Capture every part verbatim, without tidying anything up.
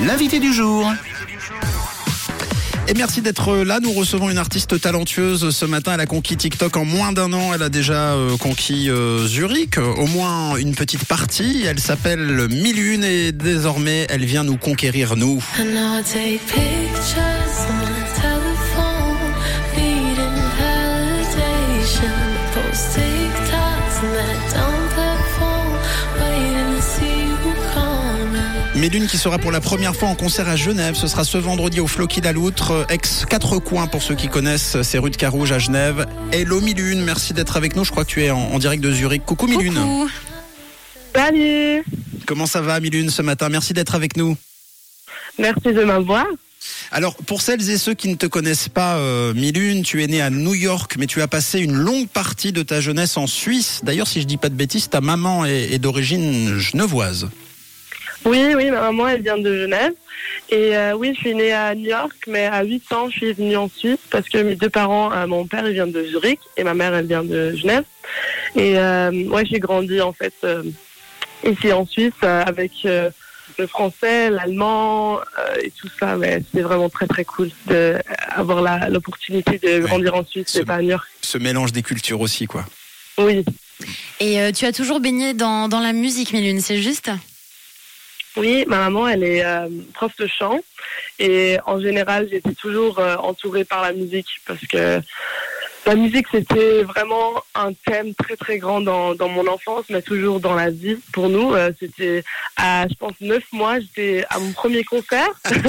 L'invité du jour. Et merci d'être là. Nous recevons une artiste talentueuse ce matin. Elle a conquis TikTok en moins d'un an. Elle a déjà euh, conquis euh, Zurich, au moins une petite partie. Elle s'appelle Milune et désormais elle vient nous conquérir, nous. Milune qui sera pour la première fois en concert à Genève. Ce sera ce vendredi au Floki la Loutre, ex quatre coins pour ceux qui connaissent, c'est rue de Carouge à Genève. Hello Milune, merci d'être avec nous. Je crois que tu es en, en direct de Zurich. Coucou Milune. Coucou. Salut. Comment ça va Milune ce matin? Merci d'être avec nous. Merci de m'avoir. Alors, pour celles et ceux qui ne te connaissent pas, euh, Milune, tu es née à New York, mais tu as passé une longue partie de ta jeunesse en Suisse. D'ailleurs, si je dis pas de bêtises, ta maman est, est d'origine genevoise. Oui, oui, ma maman, elle vient de Genève. Et euh, oui, je suis née à New York, mais à huit ans, je suis venue en Suisse parce que mes deux parents, euh, mon père, il vient de Zurich et ma mère, elle vient de Genève. Et euh, ouais, j'ai grandi, en fait, euh, ici en Suisse euh, avec euh, le français, l'allemand euh, et tout ça. Mais c'est vraiment très, très cool d'avoir la, l'opportunité de ouais. grandir en Suisse et pas à New York. Ce mélange des cultures aussi, quoi. Oui. Et euh, tu as toujours baigné dans, dans la musique, Milune, c'est juste ? Oui, ma maman, elle est euh, prof de chant et en général, j'étais toujours euh, entourée par la musique parce que la musique, c'était vraiment un thème très, très grand dans, dans mon enfance, mais toujours dans la vie pour nous. Euh, c'était à, je pense, neuf mois, j'étais à mon premier concert.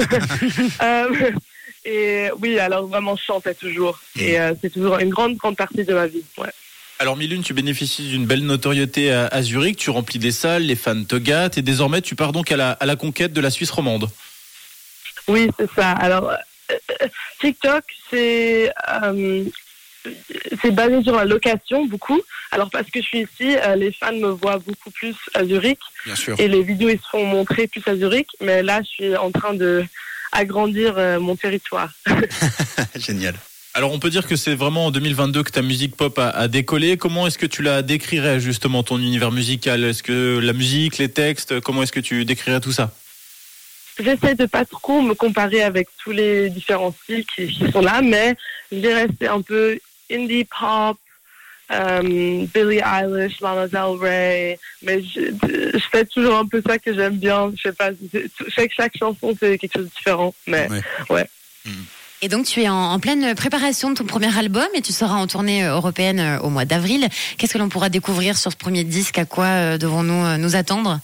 euh, et oui, alors vraiment, je chantais toujours. Et euh, c'est toujours une grande, grande partie de ma vie, ouais. Alors Milune, tu bénéficies d'une belle notoriété à, à Zurich, tu remplis des salles, les fans te gâtent et désormais tu pars donc à la, à la conquête de la Suisse romande. Oui, c'est ça. Alors euh, TikTok, c'est, euh, c'est basé sur la location beaucoup. Alors parce que je suis ici, euh, les fans me voient beaucoup plus à Zurich. Bien sûr. Et les vidéos ils se font montrer plus à Zurich. Mais là, je suis en train de agrandir euh, mon territoire. Génial. Alors on peut dire que c'est vraiment en deux mille vingt-deux que ta musique pop a, a décollé. Comment est-ce que tu la décrirais justement, ton univers musical? Est-ce que la musique, les textes, comment est-ce que tu décrirais tout ça? J'essaie de pas trop me comparer avec tous les différents styles qui, qui sont là, mais je vais rester un peu indie pop, euh, Billie Eilish, Lana Del Rey, mais je, je fais toujours un peu ça que j'aime bien. Je sais pas, chaque, chaque chanson c'est quelque chose de différent, mais ouais. ouais. Mmh. Et donc, tu es en, en pleine préparation de ton premier album et tu seras en tournée européenne au mois d'avril. Qu'est-ce que l'on pourra découvrir sur ce premier disque? À quoi devons-nous nous attendre?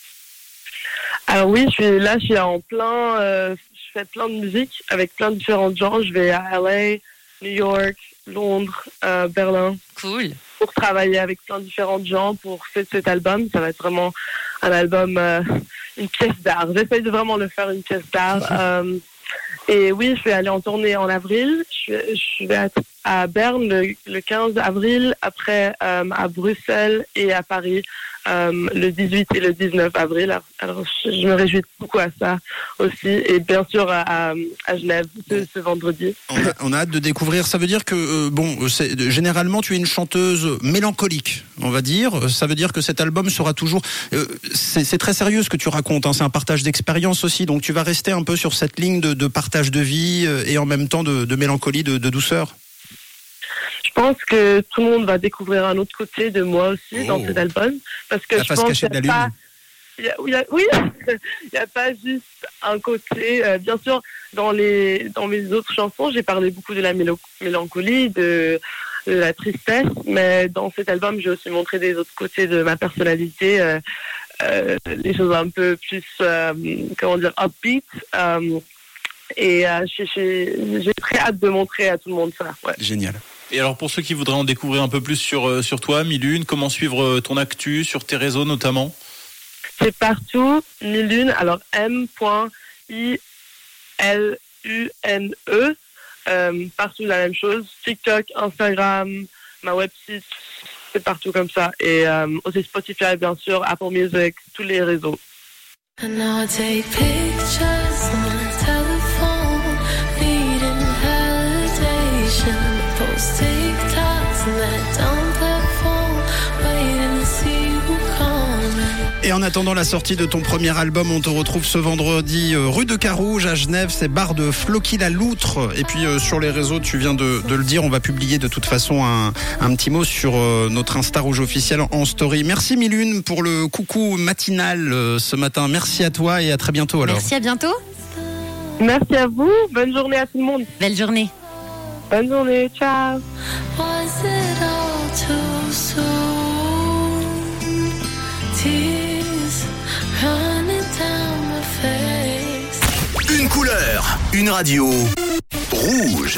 Alors oui, je suis là, je suis en plein, euh, je fais plein de musique avec plein de différents genres. Je vais à L A, New York, Londres, euh, Berlin. Cool. Pour travailler avec plein de différents genres pour faire cet album. Ça va être vraiment un album, euh, une pièce d'art. J'essaie de vraiment le faire une pièce d'art. euh, Et oui, je vais aller en tournée en avril. Je, je vais être à Berne le, le quinze avril, après euh, à Bruxelles et à Paris euh, le dix-huit et le dix-neuf avril. Alors, je, je me réjouis beaucoup à ça aussi. Et bien sûr à, à, à Genève ce, ce vendredi. On a, on a hâte de découvrir. Ça veut dire que, euh, bon, c'est, généralement, tu es une chanteuse mélancolique, on va dire. Ça veut dire que cet album sera toujours... Euh, c'est, c'est très sérieux ce que tu racontes, hein. C'est un partage d'expérience aussi. Donc tu vas rester un peu sur cette ligne de, de partage de vie et en même temps de, de mélancolie, de, de douceur. Je pense que tout le monde va découvrir un autre côté de moi aussi oh. dans cet album. Parce que la je face pense cachée de la lune. Pas... Il y a, il y a, oui, il n'y a pas juste un côté. Euh, bien sûr, dans, les, dans mes autres chansons, j'ai parlé beaucoup de la mélo- mélancolie, de, de la tristesse, mais dans cet album, j'ai aussi montré des autres côtés de ma personnalité, euh, euh, les choses un peu plus, euh, comment dire, upbeat. Euh, et euh, j'ai, j'ai, j'ai très hâte de montrer à tout le monde ça. Ouais. Génial. Et alors pour ceux qui voudraient en découvrir un peu plus sur, sur toi, Milune, comment suivre ton actu, sur tes réseaux notamment? C'est partout, Milune, alors M I L U N E, euh, partout la même chose, TikTok, Instagram, ma website, c'est partout comme ça, et euh, aussi Spotify bien sûr, Apple Music, tous les réseaux. And now I take pictures on my telephone, needing validation, post TikToks and that dumb platform, waiting to see you coming. Et en attendant la sortie de ton premier album, on te retrouve ce vendredi euh, rue de Carouge à Genève, c'est bar de Floki la Loutre. Et puis euh, sur les réseaux, tu viens de, de le dire, on va publier de toute façon un, un petit mot sur euh, notre Insta Rouge officiel en story. Merci Milune pour le coucou matinal euh, ce matin. Merci à toi et à très bientôt alors. Merci, à bientôt. Merci à vous. Bonne journée à tout le monde. Belle journée. Bonne journée. Ciao. Une couleur, une radio, rouge.